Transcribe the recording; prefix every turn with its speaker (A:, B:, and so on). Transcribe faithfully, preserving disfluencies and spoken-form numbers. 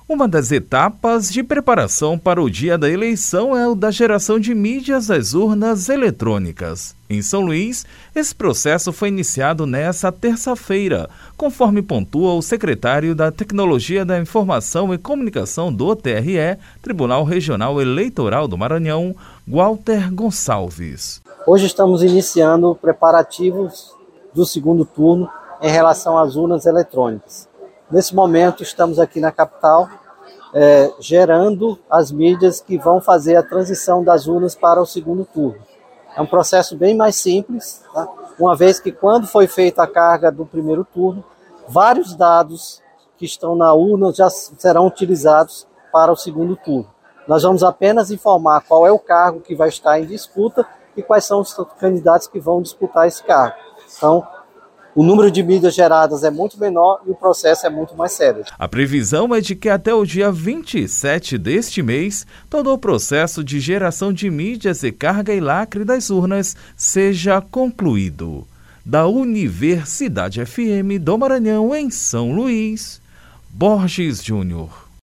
A: Uma das etapas de preparação para o dia da eleição é o da geração de mídias das urnas eletrônicas. Em São Luís, esse processo foi iniciado nesta terça-feira, conforme pontua o secretário da Tecnologia da Informação e Comunicação do T R E, Tribunal Regional Eleitoral do Maranhão, Walter Gonçalves.
B: Hoje estamos iniciando preparativos do segundo turno em relação às urnas eletrônicas. Nesse momento, estamos aqui na capital, é, gerando as mídias que vão fazer a transição das urnas para o segundo turno. É um processo bem mais simples, tá? Uma vez que quando foi feita a carga do primeiro turno, vários dados que estão na urna já serão utilizados para o segundo turno. Nós vamos apenas informar qual é o cargo que vai estar em disputa e quais são os candidatos que vão disputar esse cargo. Então, o número de mídias geradas é muito menor e o processo é muito mais sério.
A: A previsão é de que até o dia vinte e sete deste mês, todo o processo de geração de mídias e carga e lacre das urnas seja concluído. Da Universidade F M do Maranhão, em São Luís, Borges Júnior.